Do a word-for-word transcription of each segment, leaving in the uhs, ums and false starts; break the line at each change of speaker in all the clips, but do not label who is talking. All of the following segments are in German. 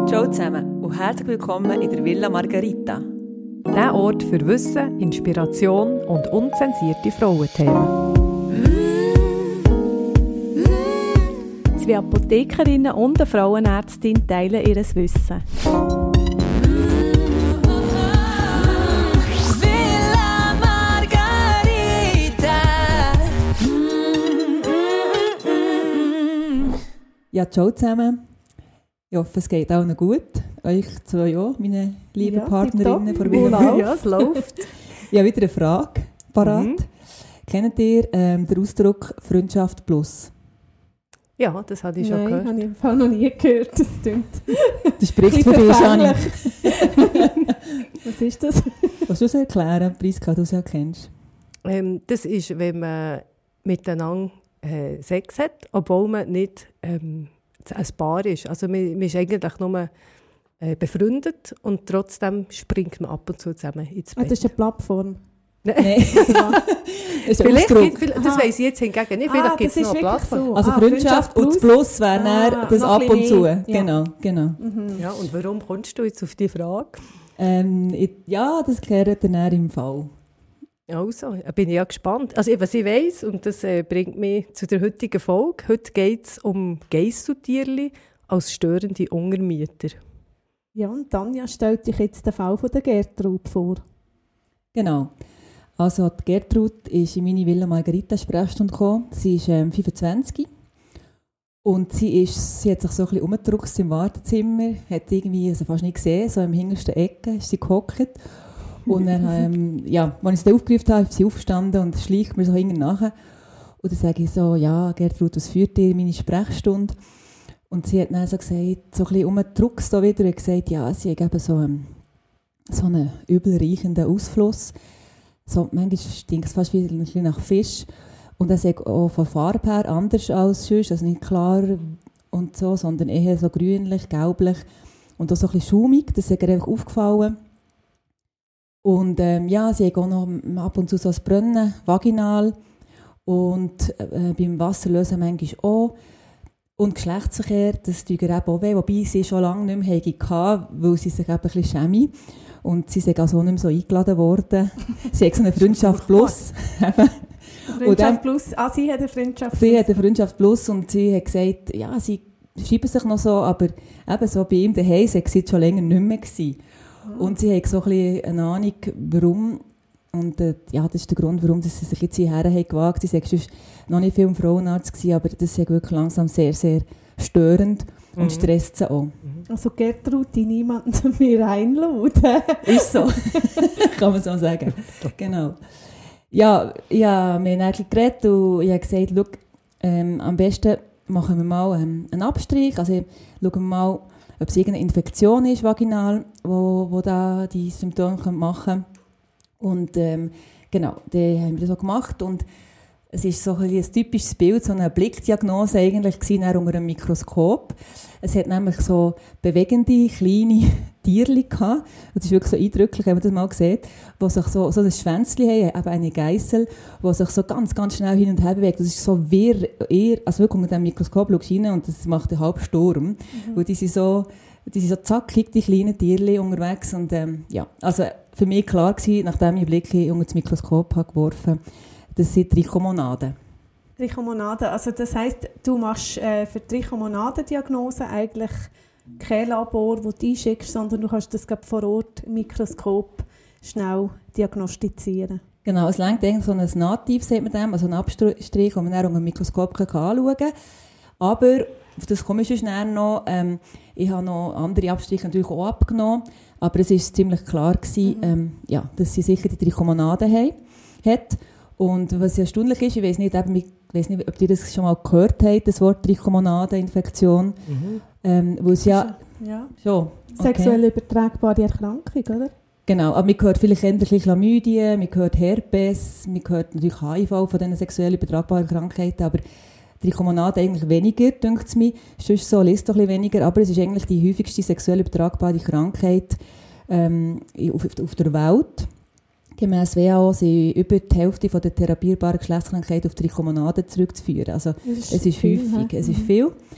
Ciao zusammen und herzlich willkommen in der Villa Margherita.
Der Ort für Wissen, Inspiration und unzensierte Frauenthemen.
Zwei Apothekerinnen und eine Frauenärztin teilen ihr Wissen.
Villa Margherita.
Ja, ciao zusammen. Ich hoffe, es geht auch noch gut. Euch zwei auch, meine lieben
Ja,
Partnerinnen von
tipptopp.
Villa.
Ja, es läuft.
Ich habe wieder eine Frage parat.
Mhm.
Kennt ihr ähm, den Ausdruck Freundschaft plus?
Ja, das habe ich schon
Nein,
gehört.
habe ich im Fall noch nie gehört. Das stimmt.
Das spricht für dich, Jani.
Was ist das?
Kannst du es erklären, Priska, du es ja kennst?
Ähm, das ist, wenn man miteinander äh, Sex hat, obwohl man nicht ähm, ein Paar ist. Also man, man ist eigentlich nur äh, befreundet und trotzdem springt man ab und zu zusammen ins
Ah,
Bett.
das ist eine Plattform.
Nein. Das ist ein
Vielleicht
Ausdruck.
gibt, vielleicht, das
Aha.
weiss ich jetzt hingegen nicht. Vielleicht
Ah,
gibt es
das
noch
ist
eine
wirklich
Plattform.
so.
Also
Ah,
Freundschaft und das Plus wäre
Ah,
dann das
noch
ab
ein
und
bisschen
zu.
mehr. Ja.
Genau, genau.
Mhm.
Ja, und warum kommst du jetzt auf die Frage?
Ähm, ich, ja, das klärt dann eher im Fall.
Also, da bin ich ja gespannt. Also, was ich weiss, und das äh, bringt mich zu der heutigen Folge. Heute geht es um Geisseltierli als störende Untermieter.
Ja, und Tanja stellt dich jetzt den Fall von der Gertrud vor.
Genau. Also die Gertrud ist in meine Villa Margherita Sprechstunde gekommen. Sie ist ähm, fünfundzwanzig und sie, ist, sie hat sich so ein bisschen umgedruckt im Wartezimmer, hat irgendwie also fast nicht gesehen, so im hintersten Ecke ist sie gehockt. Und dann, ähm, ja, als ich sie aufgerufen habe, ist sie aufgestanden und schleicht mir so hinten nachher. Und dann sage ich so, ja Gertrud, was führt dir in meine Sprechstunde? Und sie hat dann so gesagt, so ein bisschen umgedruckt da wieder und gesagt, ja, sie hat eben so, ähm, so einen übelriechenden Ausfluss. So, manchmal stinkt es fast wie ein bisschen nach Fisch. Und das ist auch von Farbe her anders als sonst. Also nicht klar und so, sondern eher so grünlich, gelblich und auch so ein bisschen schaumig. Das ist ihr einfach aufgefallen. Und ähm, ja, sie hat auch noch ab und zu so ein Brennen, vaginal. Und äh, beim Wasserlösen manchmal auch. Und Geschlechtsverkehr, das tut ihr eben auch weh. Wobei sie schon lange nicht mehr hatte, weil sie sich eben ein bisschen schäme. Und sie ist also auch nicht mehr so eingeladen worden. Sie hat so eine Freundschaft plus.
Freundschaft
dann-
plus. Ah, sie hat eine Freundschaft
sie hat eine Freundschaft plus und sie hat gesagt, ja, sie schreiben sich noch so, aber eben so bei ihm daheim sei sie schon länger nicht mehr gewesen. Und sie hat so ein bisschen eine Ahnung, warum. Und äh, ja, das ist der Grund, warum sie sich jetzt hierher haben gewagt. Sie war sonst noch nicht viel im Frauenarzt gewesen, aber das ist wirklich langsam sehr, sehr störend und
Mhm.
stresst sie auch.
Also Gertrud, die niemanden zu mir einladen.
Ist so. Kann man so sagen. Genau. Ja, ja, wir haben eigentlich geredet und ich habe gesagt, schau, ähm, am besten machen wir mal ähm, einen Abstrich. Also schauen wir mal, ob es irgendeine Infektion ist, vaginal, wo, wo da die Symptome machen können. Und ähm, genau, das haben wir so gemacht. Und es ist so ein, ein typisches Bild, so eine Blickdiagnose eigentlich gewesen, unter einem Mikroskop. Es hat nämlich so bewegende, kleine Tierchen gehabt. Das ist wirklich so eindrücklich, wenn man das mal sieht, die sich so, so ein Schwänzchen haben, eben eine Geißel, die sich so ganz, ganz schnell hin und her bewegt. Das ist so wirr, eher, also wirklich unter dem Mikroskop schaust du rein und das macht einen halben Sturm. Mhm. Weil die sind so, die sind so zackig, die kleinen Tierchen unterwegs. Und ähm, ja, also für mich klar gewesen, nachdem ich Blicke unter das Mikroskop habe geworfen habe, das sind Trichomonaden.
Trichomonaden, also das heisst, du machst äh, für die Trichomonadendiagnose eigentlich kein Labor, wo du einschickst, sondern du kannst das gerade vor Ort im Mikroskop schnell diagnostizieren.
Genau, es reicht eigentlich so ein Nativ, sagt man dem, also ein Abstrich, den man dann unter dem Mikroskop anschauen kann. Aber, auf das komme ich schon schnell noch, ähm, ich habe noch andere Abstriche natürlich auch abgenommen, aber es war ziemlich klar gewesen, mhm. ähm, ja, dass sie sicher die Trichomonaden haben, hat. Und was erstaunlich ist, ich weiss nicht, eben, ich weiss nicht, ob ihr das schon mal gehört habt, das Wort Trichomonadeninfektion. Mhm. Ähm, wo es ja,
ja.
schon. Okay.
Sexuell übertragbare Erkrankung, oder?
Genau, aber man hört vielleicht eher Chlamydien, man hört Herpes, man hört natürlich H I V von diesen sexuell übertragbaren Krankheiten, aber Trichomonade eigentlich weniger, denkt es mir. Sonst so liest doch ein bisschen weniger, aber es ist eigentlich die häufigste sexuell übertragbare Krankheit ähm, auf, auf der Welt. Gemäss W H O sind über die Hälfte der therapierbaren Geschlechtskrankheiten auf Trichomonade zurückzuführen. Also
ist
es ist
viel,
häufig,
he?
es ist viel.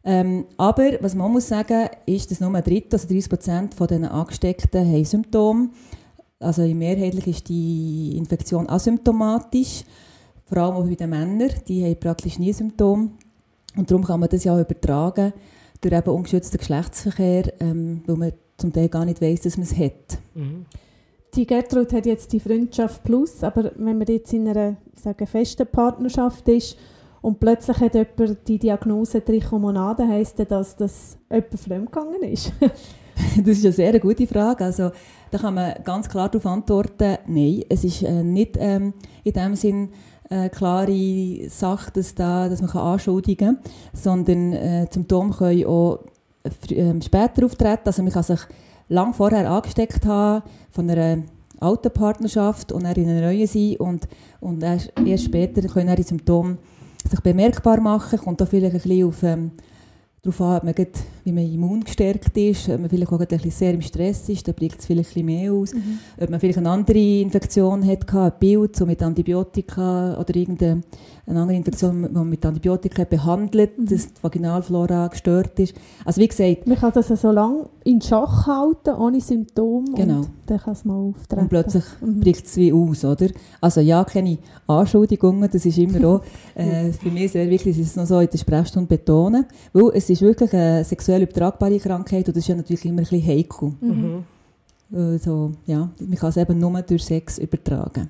Ähm, aber was man muss sagen, ist, dass nur ein Drittel, also dreißig Prozent von den Angesteckten haben Symptome. Also mehrheitlich ist die Infektion asymptomatisch, vor allem auch bei den Männern, die haben praktisch nie Symptome. Und darum kann man das ja auch übertragen durch eben ungeschützten Geschlechtsverkehr, ähm, weil man zum Teil gar nicht weiss, dass man es hat.
Mhm. Die Gertrud hat jetzt die Freundschaft plus, aber wenn man jetzt in einer sagen, festen Partnerschaft ist und plötzlich hat jemand die Diagnose Trichomonade, heisst das, dass jemand fremdgegangen ist?
Das ist eine sehr gute Frage. Also, da kann man ganz klar darauf antworten, nein, es ist äh, nicht ähm, in dem Sinn eine klare Sache, dass, da, dass man anschuldigen kann, sondern äh, Symptome können auch äh, später auftreten. Also man kann sich lang vorher angesteckt haben von einer alten Partnerschaft und dann in einer neuen sein und, und erst, erst später können dann die Symptome sich bemerkbar machen. Kommt da vielleicht ein bisschen auf, ähm, darauf an, ob man grad, wie man immun-gestärkt ist, ob man vielleicht auch ein bisschen sehr im Stress ist, dann blickt es vielleicht ein bisschen mehr aus. Mhm. Ob man vielleicht eine andere Infektion hatte, ein Bild so mit Antibiotika oder irgendeine eine andere Infektion, die man mit Antibiotika behandelt, mhm. dass die Vaginalflora gestört ist. Also wie gesagt...
Man kann das so lange in Schach halten, ohne Symptome,
genau.
Und dann kann es mal auftreten.
Und plötzlich
mhm.
bricht es wie aus, oder? Also ja, keine Anschuldigungen, das ist immer auch äh, für mich sehr wichtig, dass ich es noch so in der Sprechstunde betone, weil es ist wirklich eine sexuell übertragbare Krankheit und das ist ja natürlich immer ein bisschen heikel.
Mhm.
Also, ja, man kann es eben nur durch Sex übertragen.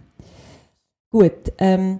Gut, ähm,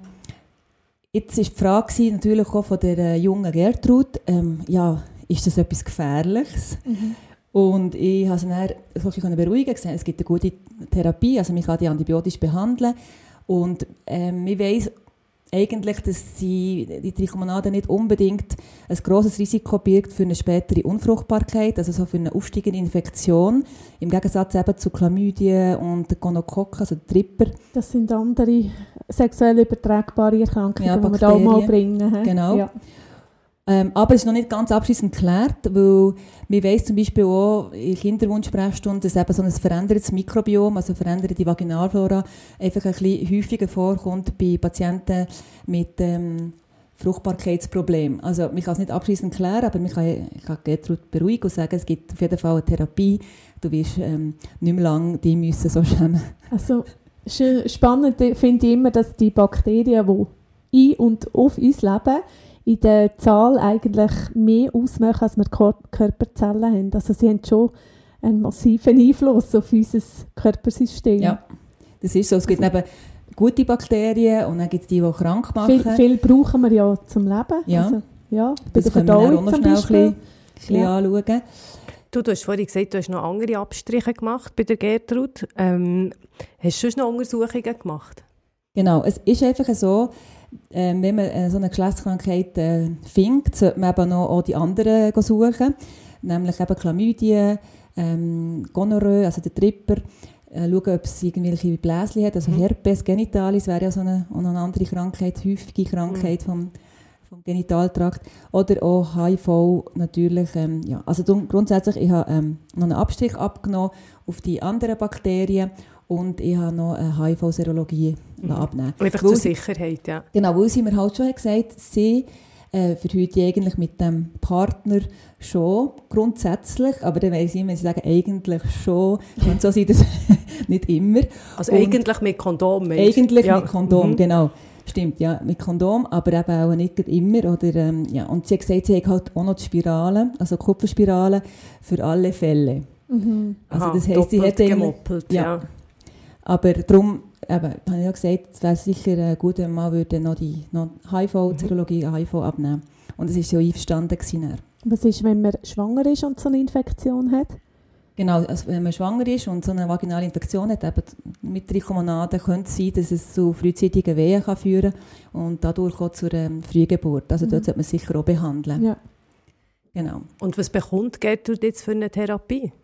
jetzt war die Frage natürlich auch von der äh, jungen Gertrud, ähm, ja, ist das etwas Gefährliches? Mhm. Und ich habe sie dann so ein bisschen beruhigen können. Es gibt eine gute Therapie, also man kann die antibiotisch behandeln. Und ähm, ich weiss eigentlich, dass sie, die Trichomonade nicht unbedingt ein grosses Risiko birgt für eine spätere Unfruchtbarkeit, also so für eine aufsteigende Infektion. Im Gegensatz eben zu Chlamydien und Gonokokken, also Tripper.
Das sind andere sexuell übertragbare Erkrankungen,
ja,
die wir da auch mal bringen. He?
Genau.
Ja.
Ähm, aber es ist noch nicht ganz abschließend geklärt, weil man weiss zum Beispiel auch in Kinderwunschsprechstunden, dass eben so ein verändertes Mikrobiom, also veränderte Vaginalflora, einfach ein bisschen häufiger vorkommt bei Patienten mit ähm, Fruchtbarkeitsproblemen. Also man kann es nicht abschließend klären, aber man kann, ich kann Gertrud beruhigen und sagen, es gibt auf jeden Fall eine Therapie. Du wirst ähm, nicht mehr lange die müssen so schämen.
Also spannend finde ich immer, dass die Bakterien, die in und auf uns leben, in der Zahl eigentlich mehr ausmachen, als wir Körperzellen haben. Also sie haben schon einen massiven Einfluss auf unser Körpersystem.
Ja, das ist so. Es gibt also, eben gute Bakterien und dann gibt es die, die krank machen.
Viel, viel brauchen wir ja zum Leben.
Ja,
also, ja bei
das
der
können wir
Verdauung
auch noch
zum
schnell
Beispiel.
ein bisschen, ein bisschen
ja.
anschauen.
Du, du hast vorhin gesagt, du hast noch andere Abstriche gemacht bei der Gertrud. Ähm, hast du schon noch Untersuchungen gemacht?
Genau, es ist einfach so, äh, wenn man äh, so eine Geschlechtskrankheit äh, findet, sollte man eben noch auch die anderen suchen, nämlich eben Chlamydien, ähm, Gonorrhoe, also der Tripper, äh, schauen, ob es irgendwelche Bläschen hat, also mhm. Herpes genitalis wäre ja so eine, eine andere Krankheit, häufige Krankheit mhm. vom, vom Genitaltrakt, oder auch H I V natürlich. Ähm, ja. Also grundsätzlich, ich habe ähm, noch einen Abstrich abgenommen auf die anderen Bakterien. Und ich habe noch eine H I V-Serologie mhm. abnehmen.
Einfach zur Sicherheit, ja.
Genau, weil sie mir halt schon gesagt hat, sie äh, verhütet eigentlich mit dem Partner schon, grundsätzlich, aber dann weiss ich immer, sie sagen eigentlich schon, und so sieht es nicht immer.
Also
und
eigentlich mit Kondom, meinst du?
Eigentlich
ja.
mit Kondom,
mhm.
genau. Stimmt, ja, mit Kondom, aber eben auch nicht immer. Oder, ähm, ja. Und sie hat gesagt, sie hat halt auch noch die Spirale, also Kupferspirale, für alle Fälle.
Mhm.
Also
Aha,
das heisst, sie hat
gemoppelt, ja.
ja. Aber darum, eben, habe ich ja gesagt, es wäre sicher gut, wenn man würde noch die noch H I V-Serologie, H I V abnehmen. Und es war ja einverstanden gewesen.
Was ist, wenn man schwanger ist und so eine Infektion hat?
Genau, also wenn man schwanger ist und so eine vaginale Infektion hat, eben mit Trichomonade, könnte es sein, dass es zu frühzeitigen Wehen kann führen kann und dadurch auch zur ähm, Frühgeburt. Also mhm. dort sollte man sicher auch behandeln.
Ja.
Genau.
Und was bekommt Gertrud jetzt für eine Therapie?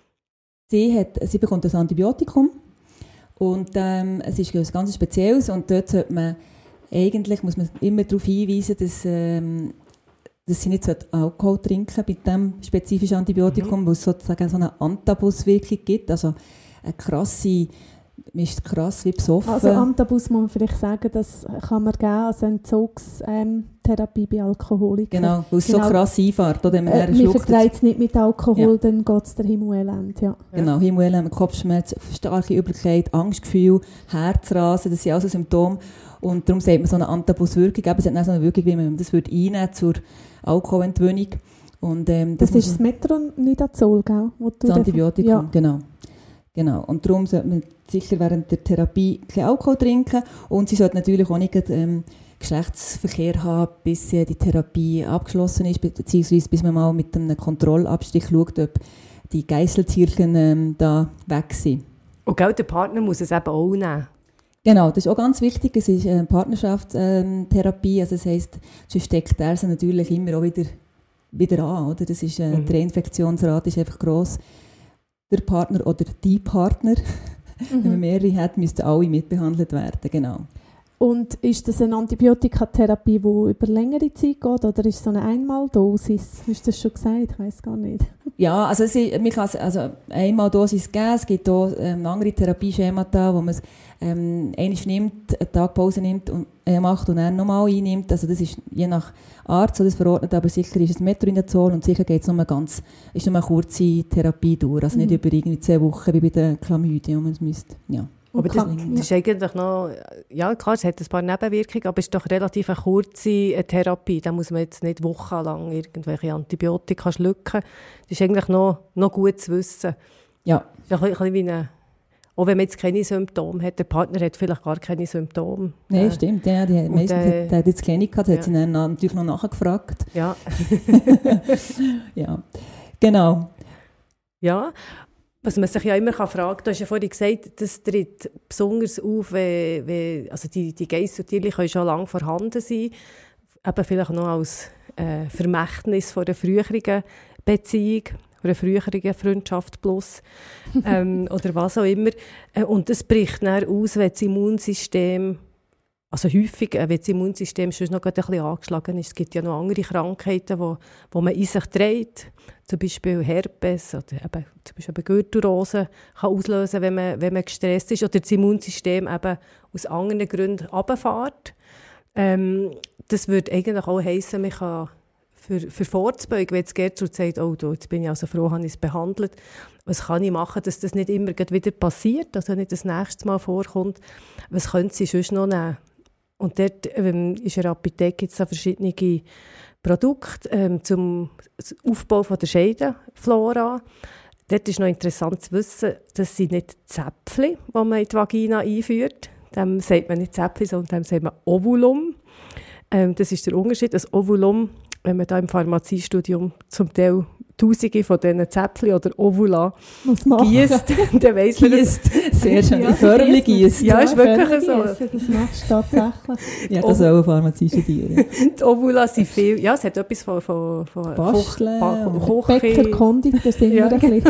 Sie, hat, sie bekommt ein Antibiotikum. Und ähm, es ist etwas ganz Spezielles und dort sollte man, eigentlich muss man immer darauf hinweisen, dass, ähm, dass sie nicht Alkohol trinken bei diesem spezifischen Antibiotikum, mhm. weil es sozusagen so eine Antabuswirkung gibt, also eine krasse man ist krass wie besoffen.
Also Antabus muss man vielleicht sagen, das kann man geben als Entzugstherapie bei Alkoholikern.
Genau, weil es
genau.
so krass einfährt. Oder man
äh, man verträgt es nicht mit Alkohol, ja. Dann geht es der Himmelelend. Ja.
Genau, Himmelelend, Kopfschmerz, starke Übelkeit, Angstgefühl, Herzrasen, das sind alles Symptome. Und darum sagt man so eine Antabuswirkung. Es hat auch so eine Wirkung, wie man das würde einnehmen zur Alkoholentwöhnung. Und, ähm, das,
das ist das Metronidazol, gell?
Das Antibiotikum, ja. genau. genau. Und darum sollte man sicher während der Therapie kein Alkohol trinken. Und sie sollte natürlich auch nicht ähm, Geschlechtsverkehr haben, bis äh, die Therapie abgeschlossen ist, beziehungsweise bis man mal mit einem Kontrollabstrich schaut, ob die Geisseltierchen ähm, da weg sind.
Und gell, der Partner muss es eben auch nehmen.
Genau, das ist auch ganz wichtig. Es ist eine Partnerschaftstherapie. Also das heisst, sonst steckt er sie natürlich immer auch wieder, wieder an. Oder? Das ist, äh, mhm. Die Reinfektionsrate ist einfach gross. Der Partner oder die Partner, mhm. wenn man mehrere hat, müssten alle mitbehandelt werden. Genau.
Und ist das eine Antibiotikatherapie, die über längere Zeit geht, oder ist es so eine Einmaldosis? Hast du das schon gesagt? Ich weiss gar nicht.
Ja, also, es ist, man kann es also Einmaldosis geben. Es gibt auch ähm, andere Therapieschemata, wo man es ähm, einmal nimmt, eine Tagpause nimmt und, äh, macht und dann nochmal einnimmt. Also das ist je nach Arzt so das verordnet, aber sicher ist es Metronidazol und sicher geht es nur ganz, ist nur eine kurze Therapiedauer, also mhm. nicht über irgendwie zwei Wochen wie bei der Chlamydien, wo man es müsste, ja.
Aber das, das ist eigentlich noch, ja klar, es hat ein paar Nebenwirkungen, aber es ist doch relativ eine kurze Therapie. Da muss man jetzt nicht wochenlang irgendwelche Antibiotika schlucken. Das ist eigentlich noch, noch gut zu wissen.
Ja.
Das ist ein bisschen wie eine, auch wenn man jetzt keine Symptome hat, der Partner hat vielleicht gar keine Symptome.
Nein,
äh,
stimmt. Ja, die meistens äh, hat, hat jetzt keine gehabt, hat ja. sie dann natürlich noch nachgefragt.
Ja.
ja, genau.
Ja. Was man sich ja immer fragen kann, du hast ja vorhin gesagt, das tritt besonders auf, wenn, wenn also die, die Geisseltierchen können schon lange vorhanden sein, eben vielleicht noch als äh, Vermächtnis von einer früheren Beziehung, von einer früheren Freundschaft plus, ähm, oder was auch immer. Und das bricht dann aus, wenn das Immunsystem, also häufig, wenn das Immunsystem schon noch ein bisschen angeschlagen ist. Es gibt ja noch andere Krankheiten, wo, wo man in sich trägt. Zum Beispiel Herpes oder eben, zum Beispiel Gürtelrose kann auslösen, wenn man, wenn man gestresst ist oder das Immunsystem eben aus anderen Gründen runterfährt. Ähm, das würde eigentlich auch heissen, man kann für, für vorzubeugen, wenn jetzt Gertrud sagt, oh, du, jetzt bin ich also froh, habe ich es behandelt. Was kann ich machen, dass das nicht immer wieder passiert, also nicht das nächste Mal vorkommt? Was könnte sie sonst noch nehmen? Und dort ähm, ist in der Apotheke gibt es da verschiedene Produkte ähm, zum Aufbau von der Scheidenflora. Dort ist noch interessant zu wissen, das sind nicht Zäpfchen, die man in die Vagina einführt. Dem sagt man nicht Zäpfchen, sondern dem sagt man Ovulum. Ähm, das ist der Unterschied. Das Ovulum, wenn man da im Pharmaziestudium zum Teil Tausende von diesen Zäpfchen oder Ovula gießt, dann weiss man das.
Sehr schön, ja, förmlich gießt.
Ja, ist wirklich so.
Gießen, das machst du tatsächlich.
Ja, das soll eine Pharmazie studieren.
Die Ovula sind viel, ja, es hat etwas von, von, von
Basteln,
Koch,
Bäcker, Konditor sind
ja.
wir ein bisschen.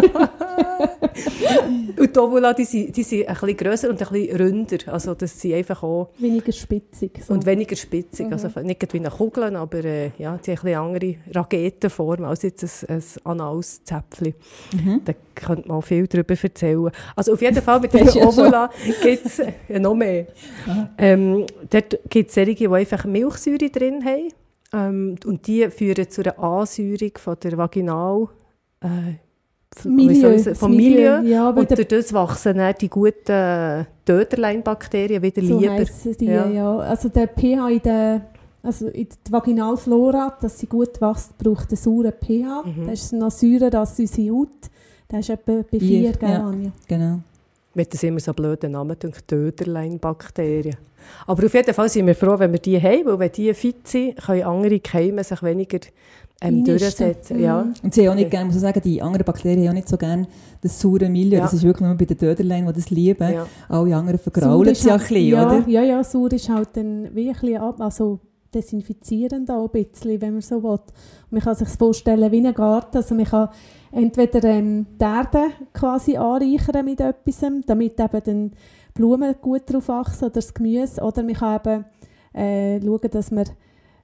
Und die Ovula, die sind, die sind ein bisschen grösser und ein bisschen ründer. Also das sind einfach auch...
Weniger spitzig. So.
Und weniger spitzig. Mhm. Also nicht wie eine Kugel, aber äh, ja, die haben ein bisschen andere Raketenform als jetzt ein, ein anales Zäpfchen. Mhm. Da könnte man auch viel darüber erzählen. Also auf jeden Fall mit der Ovula gibt es ja, noch mehr. Ähm, dort gibt es solche, die einfach Milchsäure drin haben. Ähm, und die führen zu einer Ansäuerung von der Vaginal... Äh,
Milieu,
vom Milieu.
Milieu. Ja,
und durch das wachsen dann die guten Döderlein-Bakterien wieder
so
lieber.
So die, ja. ja. Also der pH in der, also in der Vaginalflora, dass sie gut wächst, braucht einen sauren pH. Mhm. Das ist noch säurer als unsere Haut. Das ist etwa bei vier, gell,
ja,
Anja?
Genau.
Mit das immer so blöden Namen, Döderlein-Bakterien. Aber auf jeden Fall sind wir froh, wenn wir die haben, weil wenn die fit sind, können andere Keime sich weniger ähm, durchsetzen. Mhm. Ja.
Und sie haben auch nicht gerne, muss ich sagen, die anderen Bakterien haben auch nicht so gerne das saure Milieu. Ja. Das ist wirklich nur bei den Döderlein, die das lieben. Ja. Alle anderen vergraulen sie ja ein bisschen,
ja,
oder?
Ja, ja, sauer ist halt dann wie ein bisschen ab, also desinfizierend auch ein bisschen, wenn man so will. Man kann sich vorstellen wie ein Garten, also man kann entweder ähm, die Erde quasi anreichern mit etwas, damit eben dann Blumen gut drauf wachsen oder das Gemüse, oder man kann eben äh, schauen, dass man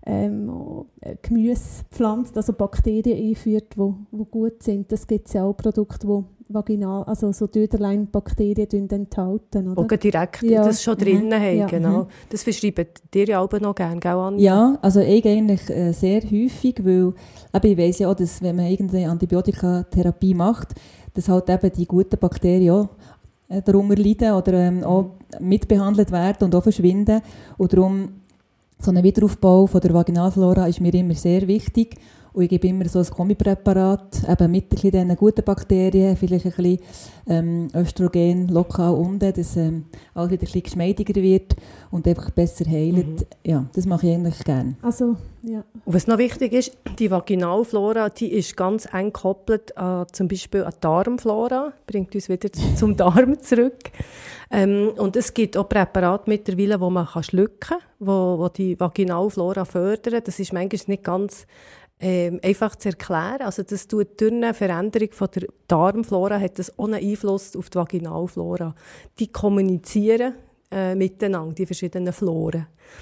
ähm, Gemüse pflanzt, also Bakterien einführt, die wo, wo gut sind. Das gibt es ja auch Produkte, die vaginal, also so Döderlein-Bakterien enthalten, oder?
Oder direkt
ja.
das schon drinnen
mhm.
haben,
ja.
genau. Das verschreiben dir ja auch noch gerne, gell, Anja?
Ja, also ich eigentlich äh, sehr häufig, weil eben, ich weiss ja auch, dass wenn man irgendeine Antibiotikatherapie macht, dass halt eben die guten Bakterien auch äh, darunter leiden oder ähm, auch mitbehandelt werden und auch verschwinden. Und darum, so ein Wiederaufbau von der Vaginalflora ist mir immer sehr wichtig. Und ich gebe immer so ein Kombipräparat, eben mit diesen guten Bakterien, vielleicht ein bisschen ähm, Östrogen lokal unten, dass ähm, alles wieder ein bisschen geschmeidiger wird und einfach besser heilt. Mhm. Ja, das mache ich eigentlich gerne.
Also, ja.
Und was noch wichtig ist, die Vaginalflora, die ist ganz eng gekoppelt an zum Beispiel an die Darmflora, bringt uns wieder zum Darm zurück. Ähm, und es gibt auch Präparate mittlerweile, die man kann schlucken kann, wo, wo die Vaginalflora fördern. Das ist manchmal nicht ganz Ähm, einfach zu erklären. Also das tut durch eine Veränderung von der Darmflora hat das ohne Einfluss auf die Vaginalflora. Die kommunizieren äh, miteinander, die verschiedenen Floren.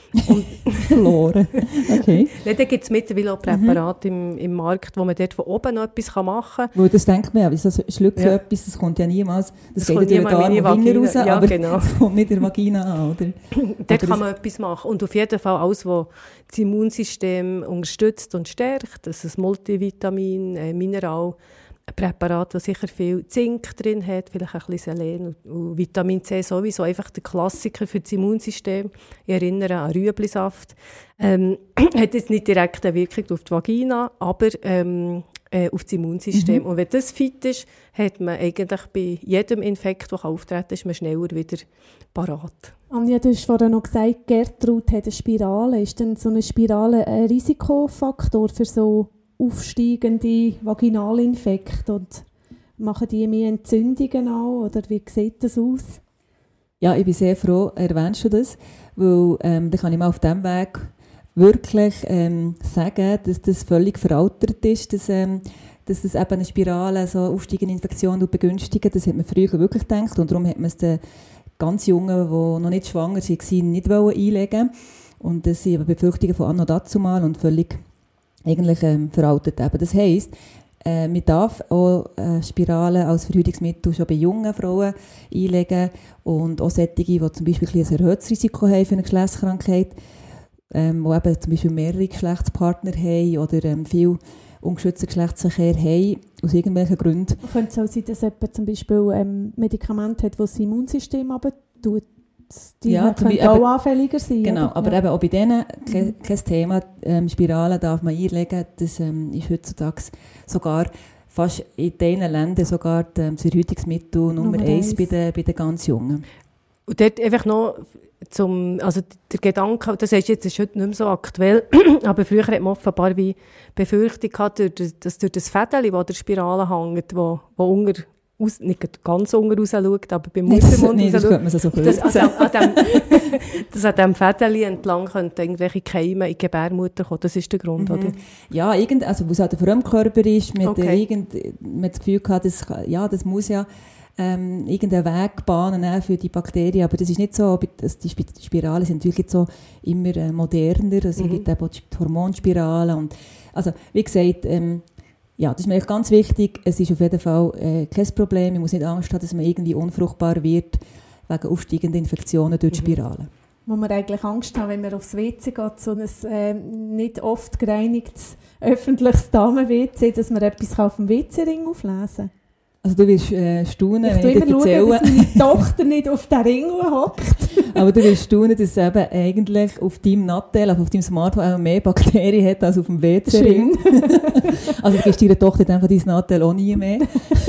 Floren, okay.
Ja, da gibt es mittlerweile auch Präparate mhm. im, im Markt, wo man dort von oben noch etwas machen kann.
Weil das denkt man ja, wieso schluckt ja etwas, das kommt ja niemals, das, das geht ja durch den Darm hinten raus, ja, aber
genau.
das kommt nicht in der Vagina an, oder?
Dort kann man etwas machen. Und auf jeden Fall alles, was das Immunsystem unterstützt und stärkt, das ist ein Multivitamin, ein Mineral, ein Präparat, das sicher viel Zink drin hat, vielleicht ein bisschen Selen und, und Vitamin C sowieso, einfach der Klassiker für das Immunsystem. Ich erinnere an Rüeblisaft. Ähm, hat jetzt nicht direkt eine Wirkung auf die Vagina, aber ähm, äh, auf das Immunsystem. Mhm. Und wenn das fit ist, hat man eigentlich bei jedem Infekt, der auftreten kann, ist man schneller wieder parat.
Anja, du hast vorhin noch gesagt, Gertrud hat eine Spirale. Ist denn so eine Spirale ein Risikofaktor für so aufsteigende Vaginalinfekte? Und machen die mehr Entzündungen auch? Oder wie sieht das aus?
Ja, ich bin sehr froh, erwähnst du das, weil ähm, da kann ich mal auf diesem Weg wirklich ähm, sagen, dass das völlig veraltet ist, dass, ähm, dass das eben eine Spirale, so aufsteigende Infektionen begünstigen. Das hat man früher wirklich gedacht und darum hat man es den ganz Jungen, die noch nicht schwanger waren, nicht einlegen wollen. Und das sind eben Befürchtungen von anno dazumal und völlig eigentlich ähm, veraltet. Eben. Das heisst, äh, man darf auch äh, Spiralen als Verhütungsmittel schon bei jungen Frauen einlegen und auch solche, die zum Beispiel ein erhöhtes Risiko haben für eine Geschlechtskrankheit, ähm, die eben zum Beispiel mehrere Geschlechtspartner haben oder ähm, viel ungeschützten Geschlechtsverkehr haben, aus irgendwelchen Gründen.
Könnte es auch sein, dass jemand zum Beispiel ähm, Medikamente hat, das das Immunsystem runtertut? Die
ja,
können auch anfälliger sein.
Genau,
oder?
aber
ja.
eben auch bei denen ke-
mhm.
kein Thema. Ähm, Spiralen darf man einlegen. Das ähm, ist heutzutage sogar fast in diesen Ländern sogar das Verhütungsmittel Nummer eins bei den, bei den ganz Jungen.
Und dort einfach noch zum, also der Gedanke, das ist jetzt ist heute nicht mehr so aktuell, aber früher hat man offenbar wie Befürchtung gehabt, dass durch das Fädeli, das der Spirale hängt, wo, wo unter Aus, nicht ganz unten raus schaut, aber beim Muttermund
nee,
raus
schaut. Man so
dass an, an dem, dass an diesem Fädeli entlang könnten irgendwelche Keime in die Gebärmutter kommen. Das ist der Grund,
mhm.
oder?
Ja, irgend, also, wo es halt ein Fremdkörper ist, mit
okay.
irgend, mit das Gefühl gehabt, das, ja, das muss ja ähm, irgendeinen Weg bahnen für die Bakterien, aber das ist nicht so, also die Spiralen sind natürlich so immer äh, moderner, also mhm. es gibt eben auch die Hormonspiralen und, also, wie gesagt, ähm, ja, das ist mir ganz wichtig. Es ist auf jeden Fall äh, kein Problem. Man muss nicht Angst haben, dass man irgendwie unfruchtbar wird wegen aufsteigender Infektionen durch die Spirale.
Muss man eigentlich Angst haben, wenn man aufs W C geht, so ein äh, nicht oft gereinigtes öffentliches Damen-W C, dass man etwas auf dem W C-Ring auflesen kann?
Also du wirst äh, staunen,
ich
wenn ich dir erzähle.
Dass meine Tochter nicht auf den Ring hockt.
Aber du wirst staunen, dass es eben eigentlich auf deinem Nattel, also auf deinem Smartphone auch mehr Bakterien hat als auf dem W C-Ring. Also du gibst deiner Tochter dann von deinem Nattel auch nie mehr.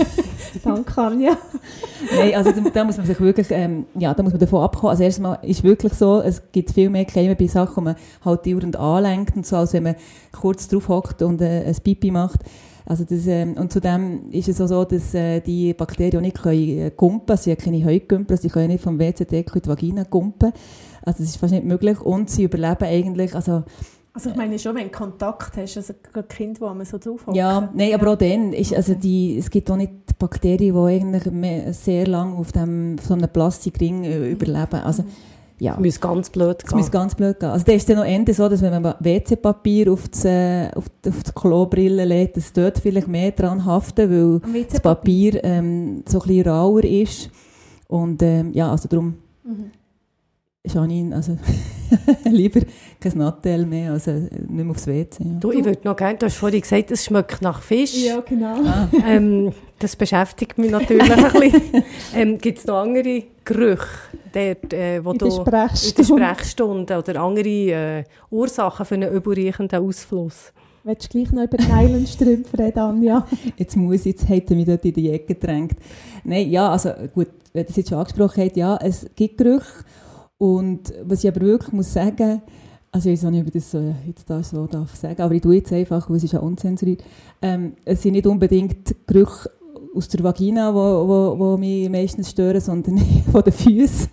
Danke, Anja.
Nein, also da, da muss man sich wirklich, ähm, ja, da muss man davon abkommen. Also erstmal ist wirklich so, es gibt viel mehr Keime bei Sachen, die man halt dauernd anlenkt und so, als wenn man kurz drauf hockt und äh, ein Pipi macht. Also das, ähm, und zudem ist es auch so, dass äh, die Bakterien auch nicht können, äh, kumpen, sie haben keine Heugümpel, sie können nicht vom W C-Deckel in die Vagina kumpen. Also das ist fast nicht möglich und sie überleben eigentlich, also
Also ich meine schon, wenn du Kontakt hast, also ein Kind, wo man so drauf hockt.
Ja, nein, aber auch dann, ist, also die, es gibt auch nicht Bakterien, die eigentlich mehr, sehr lange auf dem, so einem Plastikring äh, überleben. Also ja.
Es müsste ganz blöd gehen.
Es müsste ganz blöd gehen. Also da ist es dann noch Ende so, dass wenn man W C-Papier auf, das, äh, auf, die, auf die Klobrille legt, dass dort vielleicht mehr dran haften, weil das Papier ähm, so ein bisschen rauer ist. Und ähm, ja, also darum... Mhm. Janine, also lieber kein Nattel mehr, also nicht mehr aufs W C. Ja.
Du, ich würde noch gerne, du hast vorhin gesagt, es schmeckt nach Fisch.
Ja, genau.
Ah. Ähm, das beschäftigt mich natürlich ein bisschen. Ähm, gibt es noch andere Gerüche, dort, äh, wo
in,
du,
der Sprechstunde.
in der Sprechstunde oder andere äh, Ursachen für einen überreichenden Ausfluss?
Willst du gleich noch über die Nylonstrümpfe reden, Anja?
Jetzt muss ich, jetzt hat er mich dort in die Ecke gedrängt. Nein, ja, also gut, wenn das jetzt schon angesprochen hat, ja, es gibt Gerüche. Und was ich aber wirklich muss sagen, also ich weiß auch nicht, ob ich das äh, jetzt da so darf sagen, aber ich tue jetzt einfach, weil es ist ja unzensuriert, ähm, es sind nicht unbedingt Gerüche aus der Vagina, die wo, wo, wo mich meistens stören, sondern von den Füßen.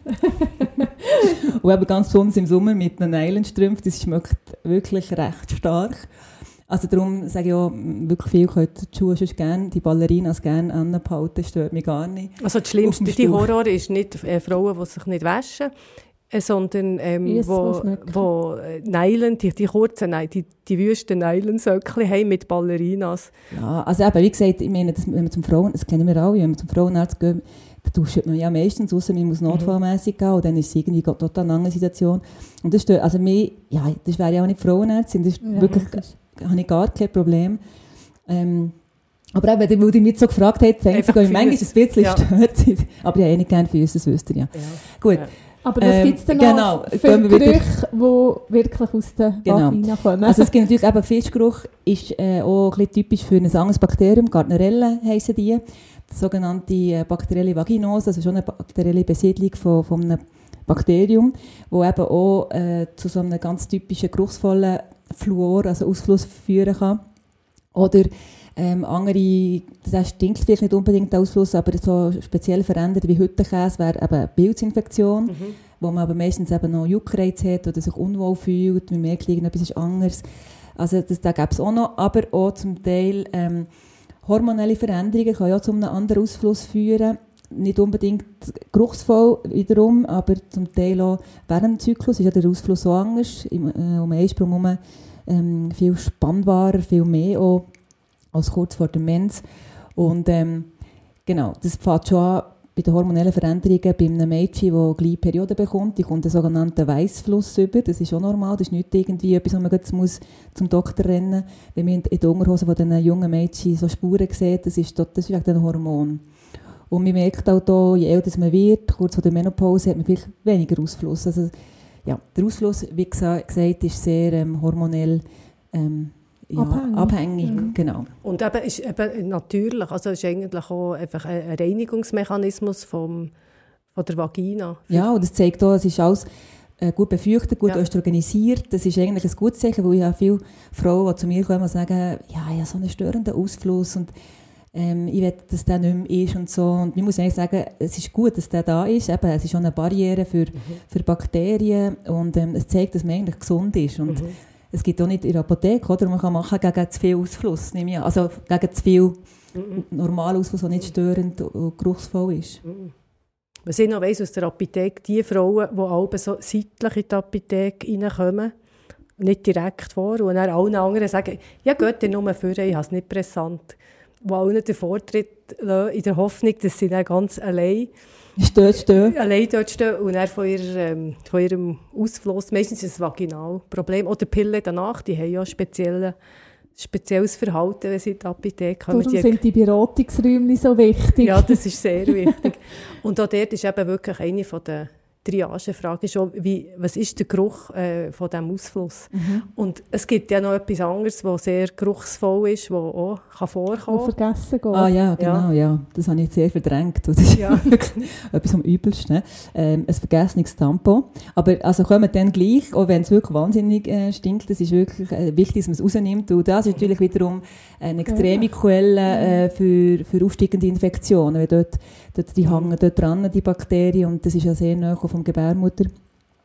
Und eben ganz besonders im Sommer mit den Nylonstrümpfen, das schmeckt wirklich recht stark. Also darum sage ich auch, wirklich viel können die Schuhe sonst gerne, die Ballerinas gerne anbehalten, stört mich gar nicht.
Also das Schlimmste, die Horror ist nicht äh, Frauen, die sich nicht waschen, äh, sondern ähm,
Yes,
wo, wo äh, Nylon, die, die kurzen, die, die wüsten Nylonsöckchen haben mit Ballerinas.
Ja, also eben, wie gesagt, ich meine, das, wenn man zum Frauen, das kennen wir alle, wenn man zum Frauenarzt geht, da duscht man ja meistens raus, man muss notfallmässig gehen und dann ist es irgendwie total eine andere Situation. Und das stört, also mir, ja, das wäre ja auch nicht Frauenärztin, das ist ja, wirklich... Das habe ich gar kein Problem. Ähm, aber eben, weil du mich so gefragt hast, manchmal ist es ein bisschen ja. stört. Aber ich habe eh nicht gerne Füße, das wüsst ihr ja. ja. Gut.
Ja. Aber was ähm, gibt es denn
genau,
noch für Gerüche, die wirklich aus der
genau.
Vagina kommen?
Also es gibt natürlich eben, Fischgeruch ist äh, auch ein bisschen typisch für ein anderes Bakterium, Gardnerella heissen die. Die sogenannte äh, bakterielle Vaginose, also schon eine bakterielle Besiedlung von, von einem Bakterium, das eben auch äh, zu so einem ganz typischen geruchsvollen Fluor, also Ausfluss führen kann. Oder ähm, andere, das stinkt vielleicht nicht unbedingt der Ausfluss, aber so speziell verändert wie Hüttenkäse wäre eben eine Pilzinfektion, mhm. wo man aber meistens eben noch Juckreiz hat oder sich unwohl fühlt, man merkt, irgendetwas ist anders. Also das, das gäbe es auch noch, aber auch zum Teil ähm, hormonelle Veränderungen können ja zu einem anderen Ausfluss führen. Nicht unbedingt geruchsvoll wiederum, aber zum Teil auch während dem Zyklus ist ja der Ausfluss so anders, im, äh, um Einsprung herum ähm, viel spannbarer, viel mehr auch als kurz vor der Mens. Und ähm, genau, das fängt schon an bei den hormonellen Veränderungen bei einem Mädchen, das gleich Periode bekommt, die kommt einen sogenannten Weissfluss über, das ist auch normal, das ist nicht irgendwie etwas, wo man jetzt muss zum Doktor rennen muss. Wenn man in den Unterhosen von diesen jungen Mädchen so Spuren sieht, das ist, das ist wegen den Hormonen. Und man merkt auch da, je älter man wird, kurz vor der Menopause, hat man vielleicht weniger Ausfluss. Also, ja, der Ausfluss, wie gesagt, ist sehr ähm, hormonell ähm, ja, abhängig. abhängig mhm. Genau.
Und eben ist eben natürlich, also ist eigentlich auch einfach ein Reinigungsmechanismus vom, von der Vagina.
Ja, und das zeigt auch, es ist alles äh, gut befeuchtet, gut ja. organisiert. Das ist eigentlich ein gutes Zeichen, weil ich habe viele Frauen, die zu mir kommen und sagen, ja, ich habe so einen störenden Ausfluss und Ähm, ich will, dass der nicht mehr ist und so. Und ich muss eigentlich sagen, es ist gut, dass der da ist. Eben, es ist auch eine Barriere für, mhm. für Bakterien und ähm, es zeigt, dass man eigentlich gesund ist. Und mhm. es gibt auch nicht in der Apotheke, oder? Man kann machen gegen zu viel Ausfluss, nehme ich an. Also gegen zu viel mhm. normalen Ausfluss, der nicht störend und geruchsvoll ist.
Mhm. Was ich noch weiss aus der Apotheke, die Frauen, die alle so seitlich in die Apotheke reinkommen, nicht direkt vor, und dann allen anderen sagen, ja, geht ihr nur vor, ich habe es nicht präsent. Die allen den Vortritt lassen, in der Hoffnung, dass sie dann ganz allein
dort stehen.
allein dort stehen und dann von, ihrer, ähm, von ihrem Ausfluss, meistens ist es ein Vaginalproblem, oder Pillen danach, die haben ja spezielle, spezielles Verhalten, wenn sie in die Apotheke kommen.
Darum sind die Beratungsräume so wichtig.
Ja, das ist sehr wichtig. Und auch dort ist eben wirklich eine der Triagefrage schon, wie, was ist der Geruch äh, von diesem Ausfluss? Mhm. Und es gibt ja noch etwas anderes, das sehr geruchsvoll ist, das auch kann vorkommen kann.
Vergessen geht.
Ah ja, genau, ja. ja. Das habe ich jetzt sehr verdrängt. Das ist
ja.
etwas am Übelsten. Ähm, ein vergessenes Tampon. Aber also kommen dann gleich, auch wenn es wirklich wahnsinnig äh, stinkt, das ist wirklich äh, wichtig, dass man es rausnimmt. Und das ist natürlich wiederum eine extreme Quelle äh, für, für aufsteigende Infektionen. Weil dort, dort, die hängen dort dran, die Bakterien, und das ist ja sehr nahe vom Gebärmutter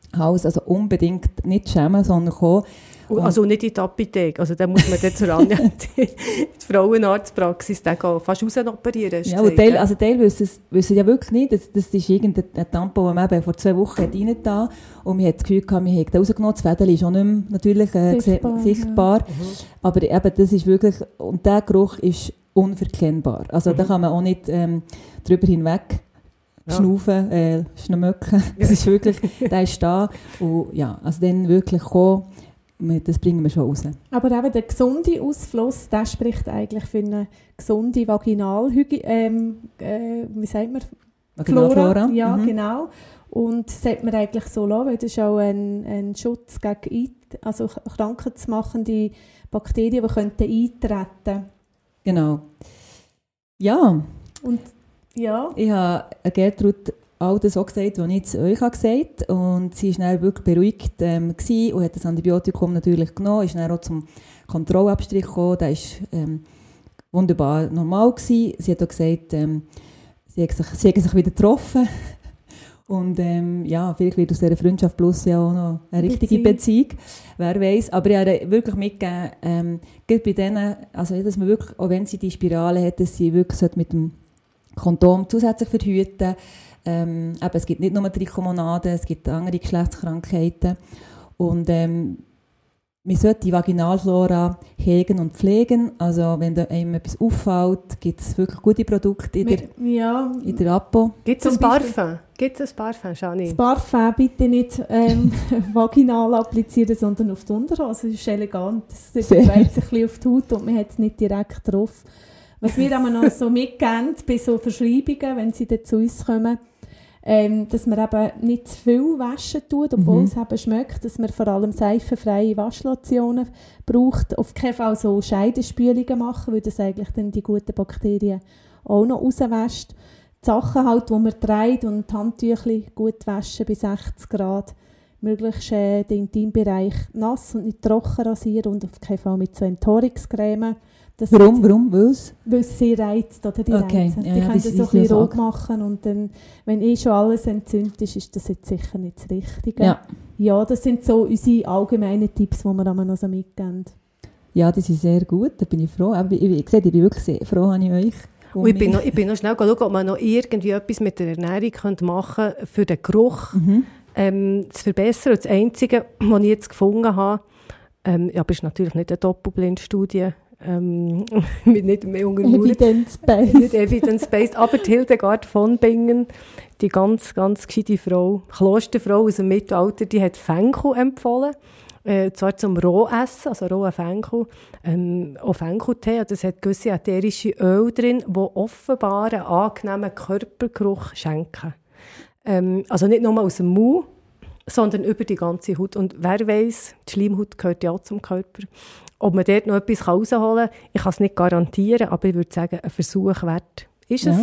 Hals. Also unbedingt nicht schämen, sondern kommen.
Also nicht in die Apotheke, also da muss man dann zur Anja, die, die Frauenarztpraxis, dann fast rausoperieren.
Ja, und Teil, also Teil wissen, wissen ja wirklich nicht, das, das ist irgendein Tampon, den man eben vor zwei Wochen rein da und man hat das Gefühl gehabt, man hat den rausgenommen, das Fädel ist auch nicht mehr natürlich äh, sichtbar, sichtbar. Ja. Aber eben, das ist wirklich, und der Geruch ist unverkennbar. Also mhm. da kann man auch nicht ähm, drüber hinweg ja. schnaufen, äh, schnamöcken, das ist wirklich, der ist da und ja, also dann wirklich kommen, das bringen wir schon raus. Aber
eben der gesunde Ausfluss, der spricht eigentlich für eine gesunde Vaginalhygiene, ähm, äh, wie sagt man?
Vaginalflora.
Ja,
mhm.
genau. Und das sollte man eigentlich so lassen, weil das ist auch ein, ein Schutz gegen also krankheitsmachende Bakterien, die könnten eintreten.
Genau. Ja.
Und ja.
Ich habe Gertrud all das auch gesagt, was ich jetzt euch gesagt habe. Und sie war dann wirklich beruhigt ähm, und hat das Antibiotikum natürlich genommen, ist dann auch zum Kontrollabstrich gekommen. Der war ähm, wunderbar normal gewesen. Sie hat auch gesagt, ähm, sie hat sich, sie hat sich wieder getroffen. Und ähm, ja, vielleicht wird aus dieser Freundschaft plus ja auch noch eine richtige Beziehung, wer weiß. Aber ich habe wirklich mitgegeben, ähm, gerade bei denen, also dass man wirklich, auch wenn sie die Spirale hat, dass sie wirklich mit dem Kondom zusätzlich verhüten. Ähm, eben, es gibt nicht nur Trichomonaden, es gibt andere Geschlechtskrankheiten. Und ähm, man sollte die Vaginalflora hegen und pflegen. Also wenn da einem etwas auffällt, gibt es wirklich gute Produkte in der,
ja.
in der Apo.
Gibt es ein Parfum? Gibt es ein Parfum, Shani?
Das Parfum bitte nicht ähm, vaginal applizieren, sondern auf die Unterhose. Das ist elegant. Das überträgt sich ein bisschen auf die Haut und man hat es nicht direkt drauf. Was wir aber noch so mitgeben bei so Verschreibungen, wenn sie dann zu uns kommen, ähm, dass man eben nicht zu viel waschen tut, obwohl mhm. es eben schmeckt, dass man vor allem seifenfreie Waschlotionen braucht. Auf keinen Fall so Scheidenspülungen machen, weil das eigentlich dann die guten Bakterien auch noch rauswäscht. Die Sachen halt, die man trägt und die Handtücher gut waschen bei sechzig Grad. Möglichst äh, den Intimbereich nass und nicht trocken rasieren und auf keinen Fall mit so Enthaarungscreme. Das
Warum? Warum? Weil's?
Weil es sie reizt, oder die
okay.
reizen.
Ja,
die
ja,
können das so ein bisschen rot machen und dann, wenn eh schon alles entzündet ist, ist das jetzt sicher nicht das Richtige.
Ja,
ja, das sind so unsere allgemeinen Tipps, die wir dann noch so mitgeben.
Ja, die sind sehr gut, da bin ich froh. Aber wie gesagt, ich bin wirklich sehr froh, habe ich euch.
Und ich bin, noch, ich bin noch schnell schauen, ob man noch irgendwie etwas mit der Ernährung machen könnte, für den Geruch
mhm.
ähm, zu verbessern. Und das Einzige, was ich jetzt gefunden habe, ähm, aber es ist natürlich nicht eine Doppelblindstudie, Ähm, mit nicht mehr
Evidence-based.
Nicht evidence-based. Aber die Hildegard von Bingen, die ganz, ganz gescheite Frau, Klosterfrau aus dem Mittelalter, die hat Fenchel empfohlen. Äh, zwar zum Rohessen, also rohen Fenchel. Ähm, auch Fencheltee. Das hat gewisse ätherische Öl drin, die offenbar einen angenehmen Körpergeruch schenken. Ähm, also nicht nur aus dem Mund, sondern über die ganze Haut. Und wer weiss, die Schleimhaut gehört ja zum Körper. Ob man dort noch etwas rausholen kann, ich kann es nicht garantieren, aber ich würde sagen, ein Versuch wert ist es.
Ja.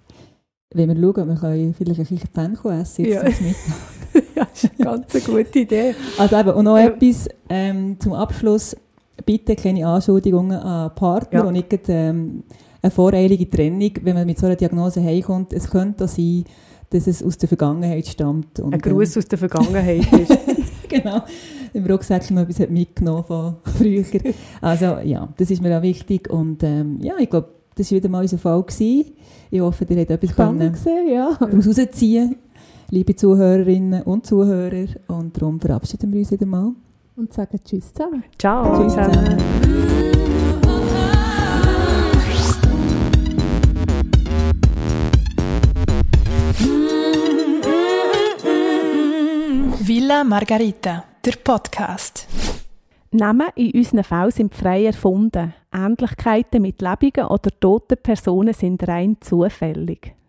Wenn wir schauen, wir können vielleicht ein bisschen Fenchel essen jetzt
ja.
zum Mittag.
Ja, das ist eine ganz gute Idee.
Also eben, und noch ja. etwas ähm, zum Abschluss. Bitte keine Anschuldigungen an Partner ja. und nicht ähm, eine voreilige Trennung, wenn man mit so einer Diagnose heimkommt. Es könnte auch sein, dass es aus der Vergangenheit stammt. Und,
ein Gruß ähm, aus der Vergangenheit ist.
Genau. Im Rucksack noch etwas mitgenommen von früher. Also ja, das ist mir auch wichtig. Und ähm, ja, ich glaube, das war wieder mal unser Fall gewesen. Ich hoffe, ihr habt etwas
gesehen, ja.
daraus rausziehen, liebe Zuhörerinnen und Zuhörer. Und darum verabschieden wir uns wieder mal.
Und sagen Tschüss zusammen.
Ciao.
Tschüss zusammen.
Villa Margarita, der Podcast.
Namen in unseren Fällen sind frei erfunden. Ähnlichkeiten mit lebenden oder toten Personen sind rein zufällig.